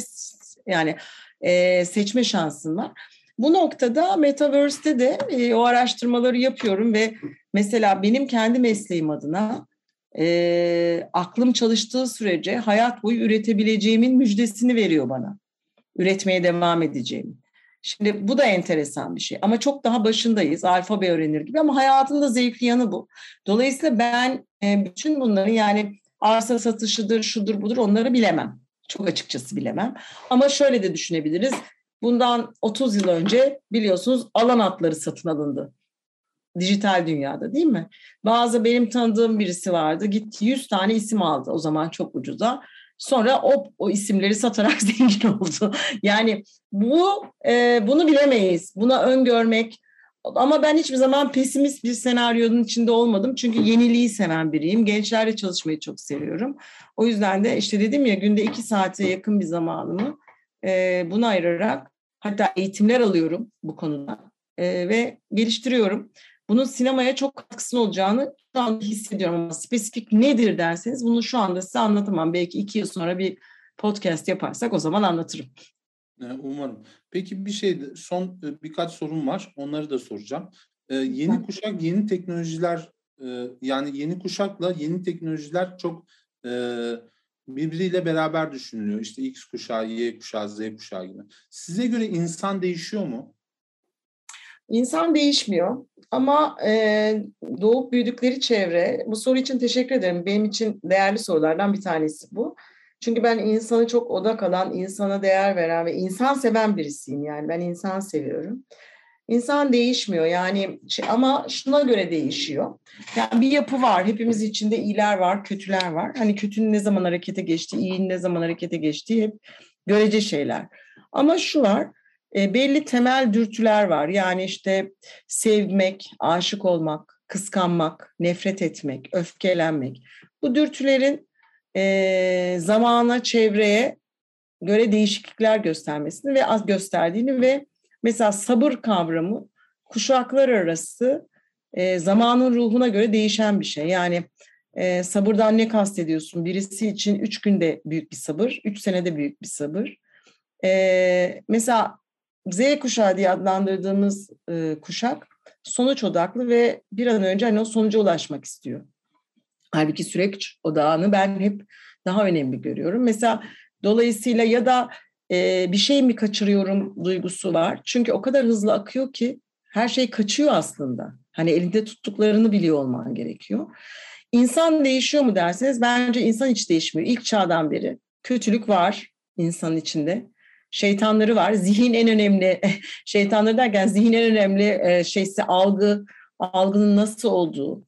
S2: seçme şansın var. Bu noktada Metaverse'te de o araştırmaları yapıyorum ve mesela benim kendi mesleğim adına aklım çalıştığı sürece hayat boyu üretebileceğimin müjdesini veriyor bana. Üretmeye devam edeceğim. Şimdi bu da enteresan bir şey. Ama çok daha başındayız. Alfabe öğrenir gibi ama hayatın da zevkli yanı bu. Dolayısıyla ben bütün bunları yani arsa satışıdır, şudur budur onları bilemem. Çok açıkçası bilemem. Ama şöyle de düşünebiliriz. Bundan 30 yıl önce biliyorsunuz alan hatları satın alındı. Dijital dünyada değil mi? Benim tanıdığım birisi vardı. Gitti 100 tane isim aldı. O zaman çok ucuza. Sonra o isimleri satarak zengin oldu. Yani bunu bilemeyiz. Buna öngörmek. Ama ben hiçbir zaman pesimist bir senaryonun içinde olmadım. Çünkü yeniliği seven biriyim. Gençlerle çalışmayı çok seviyorum. O yüzden de işte dedim ya günde 2 saate yakın bir zamanımı buna ayırarak hatta eğitimler alıyorum bu konuda ve geliştiriyorum. Bunun sinemaya çok katkısı olacağını şu anda hissediyorum ama spesifik nedir derseniz bunu şu anda size anlatamam. Belki 2 yıl sonra bir podcast yaparsak o zaman anlatırım.
S1: Umarım. Peki son birkaç sorum var. Onları da soracağım. Yeni kuşak, yeni teknolojiler yani yeni kuşakla yeni teknolojiler çok birbiriyle beraber düşünülüyor. İşte X kuşağı, Y kuşağı, Z kuşağı gibi. Size göre insan değişiyor mu?
S2: İnsan değişmiyor ama doğup büyüdükleri çevre, bu soru için teşekkür ederim. Benim için değerli sorulardan bir tanesi bu. Çünkü ben insanı çok odak alan, insana değer veren ve insan seven birisiyim. Yani ben insan seviyorum. İnsan değişmiyor yani ama şuna göre değişiyor. Yani bir yapı var. Hepimiz içinde iyiler var, kötüler var. Hani kötünün ne zaman harekete geçtiği, iyinin ne zaman harekete geçtiği hep görece şeyler. Ama şu var. Belli temel dürtüler var. Yani işte sevmek, aşık olmak, kıskanmak, nefret etmek, öfkelenmek. Bu dürtülerin zamana, çevreye göre değişiklikler göstermesini ve az gösterdiğini ve mesela sabır kavramı kuşaklar arası zamanın ruhuna göre değişen bir şey. Yani sabırdan ne kastediyorsun? Birisi için 3 günde büyük bir sabır, 3 senede büyük bir sabır. Mesela Z kuşağı diye adlandırdığımız kuşak sonuç odaklı ve bir an önce hani o sonuca ulaşmak istiyor. Halbuki süreç odağını ben hep daha önemli görüyorum. Mesela dolayısıyla ya da bir şey mi kaçırıyorum duygusu var. Çünkü o kadar hızlı akıyor ki her şey kaçıyor aslında. Hani elinde tuttuklarını biliyor olman gerekiyor. İnsan değişiyor mu derseniz bence insan hiç değişmiyor. İlk çağdan beri kötülük var insanın içinde. Şeytanları var. Zihin en önemli, şeytanları derken zihin en önemli şeysi algının nasıl olduğu.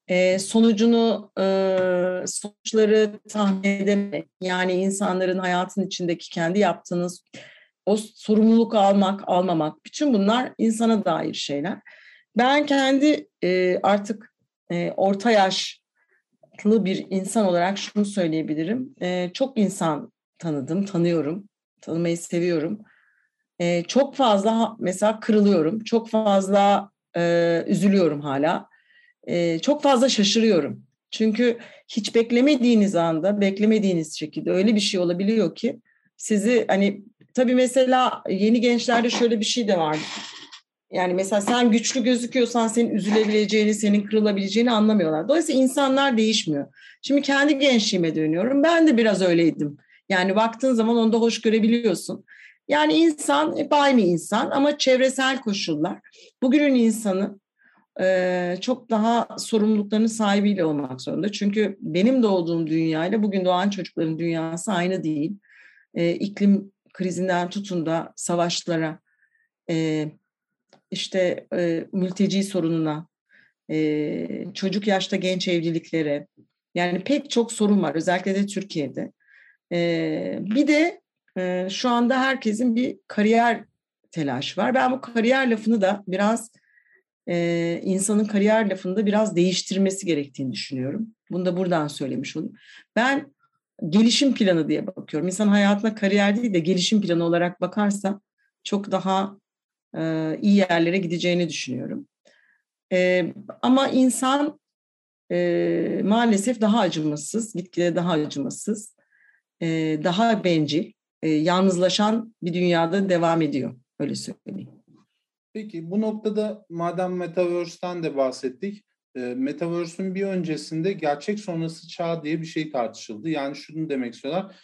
S2: Sonuçları tahmin edemek, yani insanların hayatın içindeki kendi yaptığınız o sorumluluk almamak, bütün bunlar insana dair şeyler. Ben kendi artık orta yaşlı bir insan olarak şunu söyleyebilirim. Çok insan tanıyorum, tanımayı seviyorum. Çok fazla mesela kırılıyorum, çok fazla üzülüyorum hala. Çok fazla şaşırıyorum. Çünkü hiç beklemediğiniz anda, beklemediğiniz şekilde öyle bir şey olabiliyor ki sizi hani tabii mesela yeni gençlerde şöyle bir şey de var. Yani mesela sen güçlü gözüküyorsan senin üzülebileceğini, senin kırılabileceğini anlamıyorlar. Dolayısıyla insanlar değişmiyor. Şimdi kendi gençliğime dönüyorum. Ben de biraz öyleydim. Yani baktığın zaman onu da hoş görebiliyorsun. Yani insan hep aynı insan ama çevresel koşullar. Bugünün insanı çok daha sorumluluklarının sahibiyle olmak zorunda. Çünkü benim doğduğum dünyayla bugün doğan çocukların dünyası aynı değil. İklim krizinden tutun da savaşlara, mülteci sorununa, çocuk yaşta genç evliliklere, yani pek çok sorun var özellikle de Türkiye'de. Bir de şu anda herkesin bir kariyer telaşı var. Ben bu kariyer lafını da biraz insanın kariyer lafını da biraz değiştirmesi gerektiğini düşünüyorum. Bunu da buradan söylemiş olayım. Ben gelişim planı diye bakıyorum. İnsan hayatına kariyer değil de gelişim planı olarak bakarsa çok daha iyi yerlere gideceğini düşünüyorum. Ama insan maalesef daha acımasız, gitgide daha acımasız, daha bencil, yalnızlaşan bir dünyada devam ediyor. Öyle söyleyeyim.
S1: Peki bu noktada madem Metaverse'ten de bahsettik, Metaverse'ün bir öncesinde gerçek sonrası çağ diye bir şey tartışıldı. Yani şunu demek istiyorlar.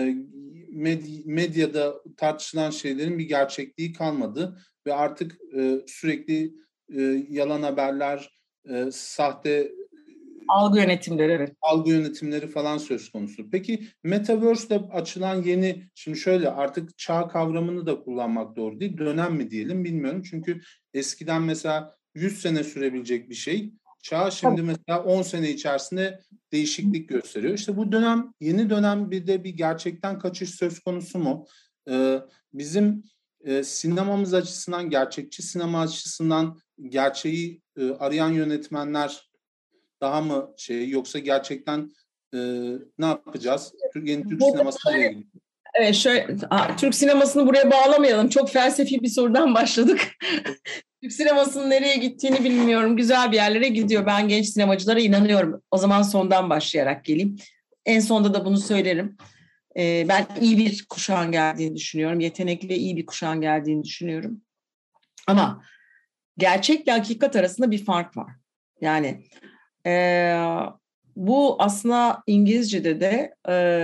S1: Medyada tartışılan şeylerin bir gerçekliği kalmadı ve artık sürekli yalan haberler, sahte
S2: Algı yönetimleri, evet.
S1: algı yönetimleri falan söz konusu. Peki Metaverse'de açılan yeni, şimdi şöyle artık çağ kavramını da kullanmak doğru değil. Dönem mi diyelim bilmiyorum. Çünkü eskiden mesela 100 sene sürebilecek bir şey, çağ şimdi mesela 10 sene içerisinde değişiklik gösteriyor. İşte bu dönem, yeni dönem bir de bir gerçekten kaçış söz konusu mu? Bizim sinemamız açısından, gerçekçi sinema açısından gerçeği arayan yönetmenler daha mı yoksa gerçekten ne yapacağız? Yeni Türk sineması nereye gidiyor?
S2: Evet, Türk sinemasını buraya bağlamayalım. Çok felsefi bir sorudan başladık. Türk sinemasının nereye gittiğini bilmiyorum. Güzel bir yerlere gidiyor. Ben genç sinemacılara inanıyorum. O zaman sondan başlayarak geleyim. En sonda da bunu söylerim. Ben iyi bir kuşağın geldiğini düşünüyorum. Yetenekli iyi bir kuşağın geldiğini düşünüyorum. Ama gerçekle hakikat arasında bir fark var. Yani bu aslında İngilizce'de de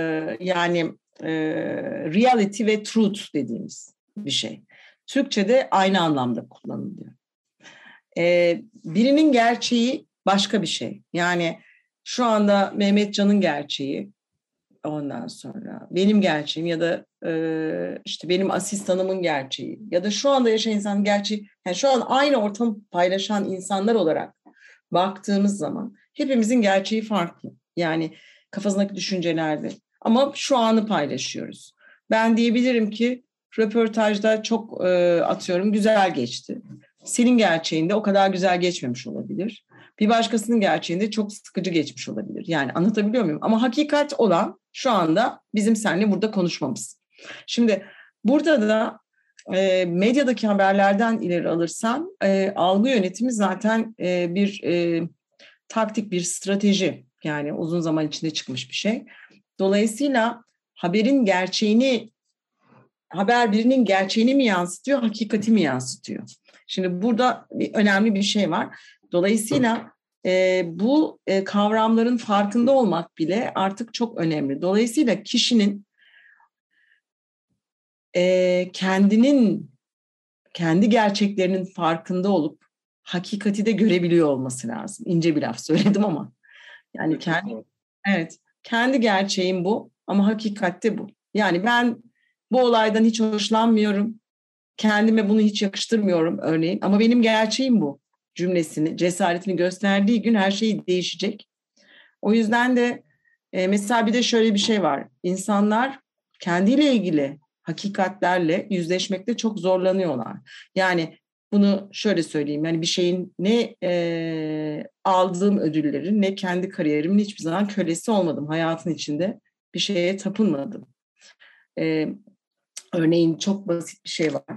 S2: reality ve truth dediğimiz bir şey. Türkçe'de aynı anlamda kullanılıyor. Birinin gerçeği başka bir şey. Yani şu anda Mehmetcan'ın gerçeği, ondan sonra benim gerçeğim ya da işte benim asistanımın gerçeği ya da şu anda yaşayan insanın gerçeği, yani şu an aynı ortamı paylaşan insanlar olarak baktığımız zaman hepimizin gerçeği farklı. Yani kafasındaki düşüncelerde. Ama şu anı paylaşıyoruz. Ben diyebilirim ki röportajda çok atıyorum güzel geçti. Senin gerçeğinde o kadar güzel geçmemiş olabilir. Bir başkasının gerçeğinde çok sıkıcı geçmiş olabilir. Yani anlatabiliyor muyum? Ama hakikat olan şu anda bizim seninle burada konuşmamız. Şimdi burada da medyadaki haberlerden ileri alırsan algı yönetimi zaten bir taktik, bir strateji. Yani uzun zaman içinde çıkmış bir şey. Dolayısıyla haber birinin gerçeğini mi yansıtıyor, hakikati mi yansıtıyor? Şimdi burada önemli bir şey var. Dolayısıyla bu kavramların farkında olmak bile artık çok önemli. Dolayısıyla kişinin kendi gerçeklerinin farkında olup hakikati de görebiliyor olması lazım. İnce bir laf söyledim ama. Yani kendi gerçeğim bu ama hakikatte bu. Yani ben bu olaydan hiç hoşlanmıyorum. Kendime bunu hiç yakıştırmıyorum örneğin. Ama benim gerçeğim bu cümlesini, cesaretini gösterdiği gün her şey değişecek. O yüzden de mesela bir de şöyle bir şey var. İnsanlar kendiyle ilgili hakikatlerle yüzleşmekte çok zorlanıyorlar. Yani bunu şöyle söyleyeyim. Yani bir şeyin ne aldığım ödüllerin ne kendi kariyerimin hiçbir zaman kölesi olmadım. Hayatın içinde bir şeye tapınmadım. Örneğin çok basit bir şey var.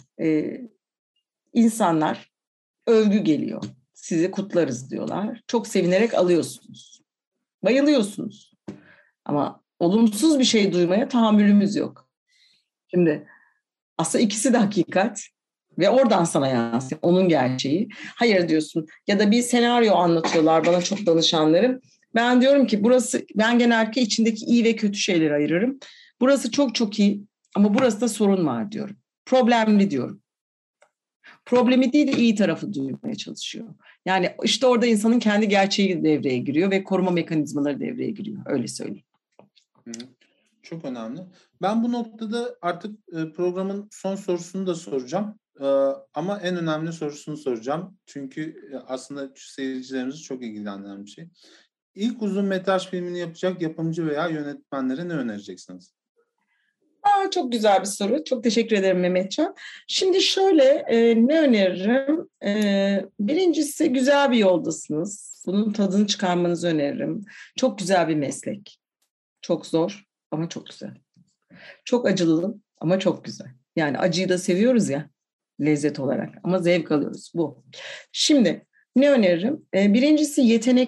S2: İnsanlar övgü geliyor. Sizi kutlarız diyorlar. Çok sevinerek alıyorsunuz. Bayılıyorsunuz. Ama olumsuz bir şey duymaya tahammülümüz yok. Şimdi aslında ikisi de hakikat ve oradan sana yansıyor. Onun gerçeği. Hayır diyorsun. Ya da bir senaryo anlatıyorlar bana çok danışanlarım. Ben diyorum ki ben genellikle içindeki iyi ve kötü şeyleri ayırırım. Burası çok çok iyi ama burası da sorun var diyorum. Problemli diyorum. Problemi değil de iyi tarafı duymaya çalışıyor. Yani işte orada insanın kendi gerçeği devreye giriyor ve koruma mekanizmaları devreye giriyor. Öyle söyleyeyim.
S1: Çok önemli. Ben bu noktada artık programın son sorusunu da soracağım. Ama en önemli sorusunu soracağım. Çünkü aslında seyircilerimizi çok ilgilendiren bir şey. İlk uzun metraj filmini yapacak yapımcı veya yönetmenlere ne önereceksiniz?
S2: Çok güzel bir soru. Çok teşekkür ederim Mehmetcan. Şimdi şöyle ne öneririm? Birincisi güzel bir yoldasınız. Bunun tadını çıkarmanızı öneririm. Çok güzel bir meslek. Çok zor ama çok güzel. Çok acılı ama çok güzel. Yani acıyı da seviyoruz ya lezzet olarak ama zevk alıyoruz bu. Şimdi ne öneririm? Birincisi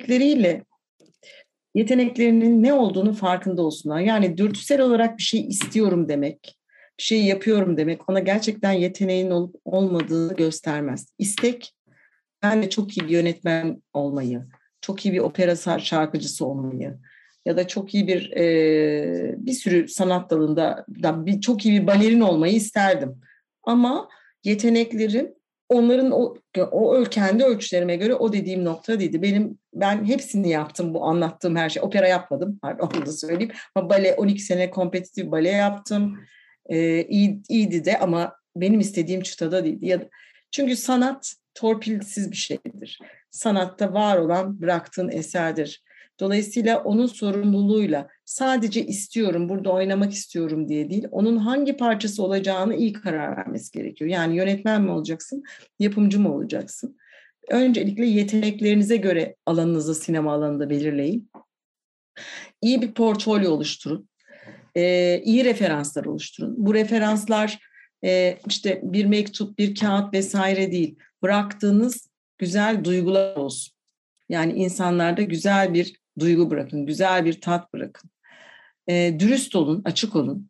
S2: yeteneklerinin ne olduğunu farkında olsunlar. Yani dürtüsel olarak bir şey istiyorum demek, bir şey yapıyorum demek ona gerçekten yeteneğin olup olmadığını göstermez. İstek ben de çok iyi bir yönetmen olmayı, çok iyi bir opera şarkıcısı olmayı ya da çok iyi bir sürü sanat dalında çok iyi bir balerin olmayı isterdim. Ama yeteneklerim onların kendi ölçülerime göre o dediğim nokta değildi. Ben hepsini yaptım, bu anlattığım her şey. Opera yapmadım, pardon, onu da söyleyeyim. Ama 12 sene kompetitif bale yaptım. İyiydi de ama benim istediğim çıtada değildi. Çünkü sanat torpilsiz bir şeydir. Sanatta var olan bıraktığın eserdir. Dolayısıyla onun sorumluluğuyla sadece istiyorum, burada oynamak istiyorum diye değil, onun hangi parçası olacağını iyi karar vermesi gerekiyor. Yani yönetmen mi olacaksın, yapımcı mı olacaksın? Öncelikle yeteneklerinize göre alanınızı sinema alanında belirleyin. İyi bir portfolyo oluşturun. İyi referanslar oluşturun. Bu referanslar işte bir mektup, bir kağıt vesaire değil. Bıraktığınız güzel duygular olsun. Yani insanlarda güzel bir duygu bırakın, güzel bir tat bırakın. Dürüst olun, açık olun.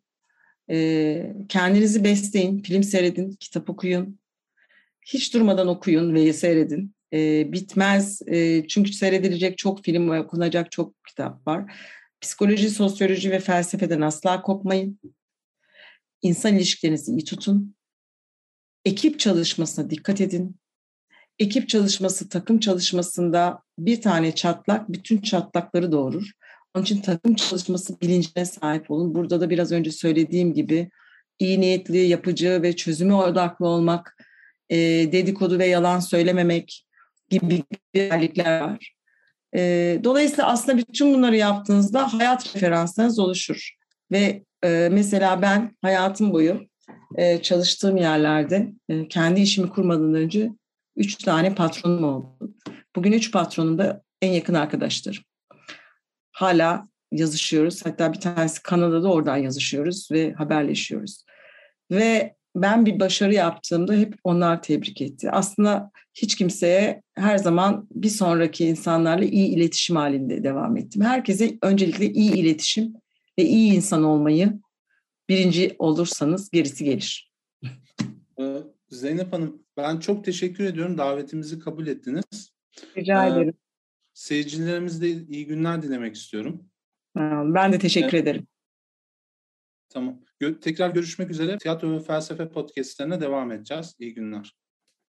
S2: Kendinizi besleyin, film seyredin, kitap okuyun. Hiç durmadan okuyun ve seyredin. Bitmez. Çünkü seyredilecek çok film ve okunacak çok kitap var. Psikoloji, sosyoloji ve felsefeden asla kopmayın. İnsan ilişkilerinizi iyi tutun. Ekip çalışmasına dikkat edin. Ekip çalışması, takım çalışmasında bir tane çatlak bütün çatlakları doğurur. Onun için takım çalışması bilincine sahip olun. Burada da biraz önce söylediğim gibi iyi niyetli, yapıcı ve çözüme odaklı olmak, dedikodu ve yalan söylememek gibi özellikler var. Dolayısıyla aslında bütün bunları yaptığınızda hayat referanslarınız oluşur. Ve mesela ben hayatım boyu çalıştığım yerlerde kendi işimi kurmadan önce 3 tane patronum oldu. Bugün 3 patronum da en yakın arkadaşlarım. Hala yazışıyoruz. Hatta bir tanesi Kanada'da, oradan yazışıyoruz ve haberleşiyoruz. Ve ben bir başarı yaptığımda hep onlar tebrik etti. Aslında hiç kimseye, her zaman bir sonraki insanlarla iyi iletişim halinde devam ettim. Herkese öncelikle iyi iletişim ve iyi insan olmayı birinci olursanız gerisi gelir.
S1: Zeynep Hanım, ben çok teşekkür ediyorum. Davetimizi kabul ettiniz.
S2: Rica ederim.
S1: Seyircilerimize iyi günler dilemek istiyorum.
S2: Ben de teşekkür ederim.
S1: Tamam. Tekrar görüşmek üzere. Tiyatro ve Felsefe podcastlerine devam edeceğiz. İyi günler.